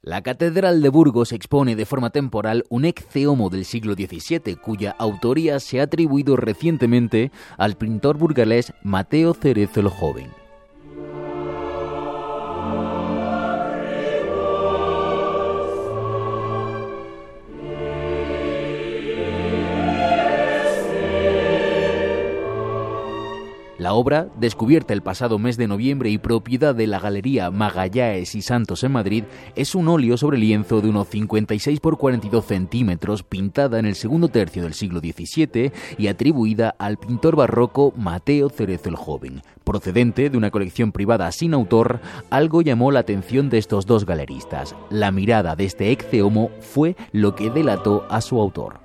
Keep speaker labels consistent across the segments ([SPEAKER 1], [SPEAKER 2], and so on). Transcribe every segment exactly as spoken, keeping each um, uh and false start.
[SPEAKER 1] La Catedral de Burgos expone de forma temporal un ecce homo del siglo diecisiete, cuya autoría se ha atribuido recientemente al pintor burgalés Mateo Cerezo el Joven. La obra, descubierta el pasado mes de noviembre y propiedad de la Galería Magallanes y Santos en Madrid, es un óleo sobre lienzo de unos cincuenta y seis por cuarenta y dos centímetros, pintada en el segundo tercio del siglo diecisiete y atribuida al pintor barroco Mateo Cerezo el Joven. Procedente de una colección privada sin autor, algo llamó la atención de estos dos galeristas. La mirada de este ecce homo fue lo que delató a su autor.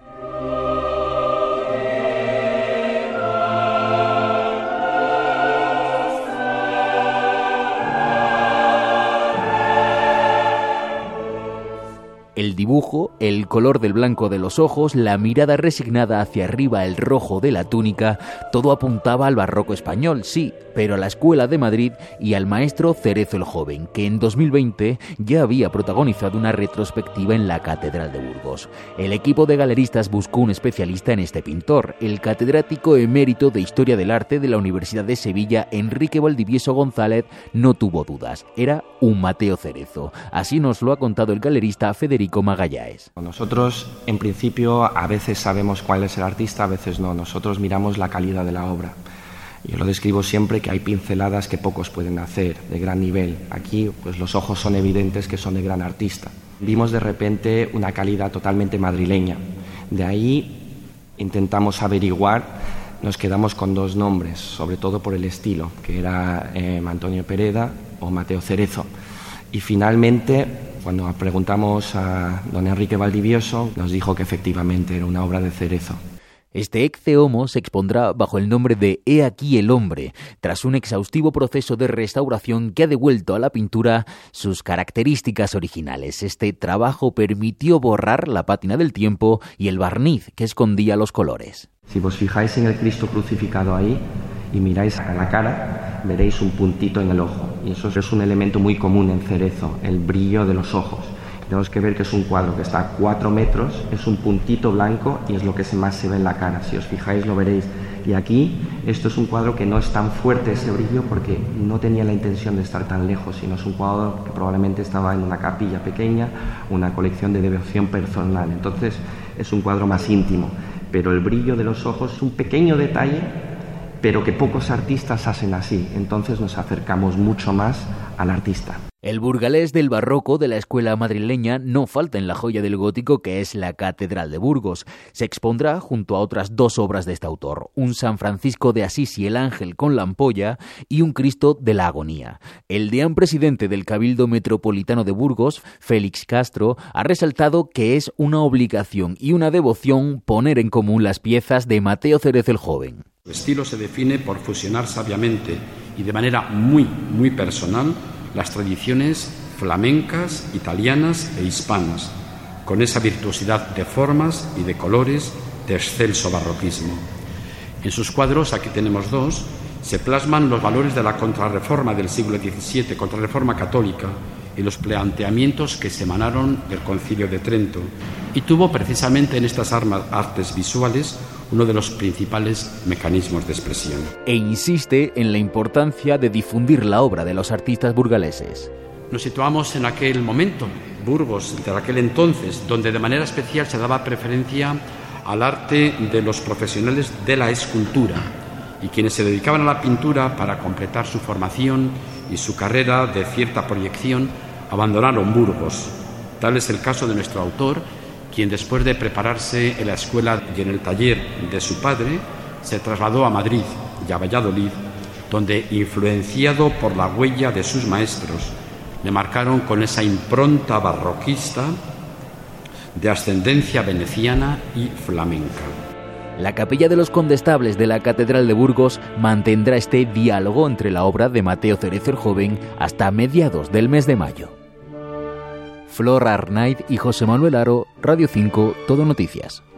[SPEAKER 1] El dibujo, el color del blanco de los ojos, la mirada resignada hacia arriba, el rojo de la túnica, todo apuntaba al barroco español, sí, pero a la Escuela de Madrid y al maestro Cerezo el Joven, que en dos mil veinte ya había protagonizado una retrospectiva en la Catedral de Burgos. El equipo de galeristas buscó un especialista en este pintor, el catedrático emérito de Historia del Arte de la Universidad de Sevilla, Enrique Valdivieso González, no tuvo dudas, era un Mateo Cerezo. Así nos lo ha contado el galerista Federico Magallanes.
[SPEAKER 2] Nosotros, en principio, a veces sabemos cuál es el artista, a veces no. Nosotros miramos la calidad de la obra. Yo lo describo siempre que hay pinceladas que pocos pueden hacer, de gran nivel. Aquí, pues los ojos son evidentes que son de gran artista. Vimos de repente una calidad totalmente madrileña. De ahí intentamos averiguar, nos quedamos con dos nombres, sobre todo por el estilo, que era eh, Antonio Pereda o Mateo Cerezo. Y finalmente, cuando preguntamos a don Enrique Valdivieso, nos dijo que efectivamente era una obra de Cerezo.
[SPEAKER 1] Este ecce homo se expondrá bajo el nombre de He aquí el hombre, tras un exhaustivo proceso de restauración que ha devuelto a la pintura sus características originales. Este trabajo permitió borrar la pátina del tiempo y el barniz que escondía los colores.
[SPEAKER 2] Si vos fijáis en el Cristo crucificado ahí y miráis a la cara, veréis un puntito en el ojo. Y eso es un elemento muy común en Cerezo, el brillo de los ojos. Tenemos que ver que es un cuadro que está a cuatro metros, es un puntito blanco y es lo que más se ve en la cara. Si os fijáis lo veréis. Y aquí, esto es un cuadro que no es tan fuerte ese brillo porque no tenía la intención de estar tan lejos, sino es un cuadro que probablemente estaba en una capilla pequeña, una colección de devoción personal. Entonces, es un cuadro más íntimo. Pero el brillo de los ojos es un pequeño detalle, pero que pocos artistas hacen así. Entonces nos acercamos mucho más al artista.
[SPEAKER 1] El burgalés del barroco de la escuela madrileña no falta en la joya del gótico que es la Catedral de Burgos. Se expondrá junto a otras dos obras de este autor, un San Francisco de Asís y el Ángel con la ampolla y un Cristo de la Agonía. El deán presidente del Cabildo Metropolitano de Burgos, Félix Castro, ha resaltado que es una obligación y una devoción poner en común las piezas de Mateo Cerezo el Joven.
[SPEAKER 3] Su estilo se define por fusionar sabiamente y de manera muy, muy personal las tradiciones flamencas, italianas e hispanas, con esa virtuosidad de formas y de colores de excelso barroquismo. En sus cuadros, aquí tenemos dos, se plasman los valores de la contrarreforma del siglo diecisiete, contrarreforma católica, y los planteamientos que se emanaron del Concilio de Trento, y tuvo precisamente en estas artes visuales uno de los principales mecanismos de expresión.
[SPEAKER 1] E insiste en la importancia de difundir la obra de los artistas burgaleses.
[SPEAKER 3] Nos situamos en aquel momento, Burgos, de aquel entonces, donde de manera especial se daba preferencia al arte de los profesionales de la escultura y quienes se dedicaban a la pintura para completar su formación y su carrera de cierta proyección abandonaron Burgos. Tal es el caso de nuestro autor, quien después de prepararse en la escuela y en el taller de su padre, se trasladó a Madrid y a Valladolid, donde, influenciado por la huella de sus maestros, le marcaron con esa impronta barroquista de ascendencia veneciana y flamenca.
[SPEAKER 1] La Capilla de los Condestables de la Catedral de Burgos mantendrá este diálogo entre la obra de Mateo Cerezo el Joven hasta mediados del mes de mayo. Flor Arnaiz y José Manuel Aro, Radio cinco, Todo Noticias.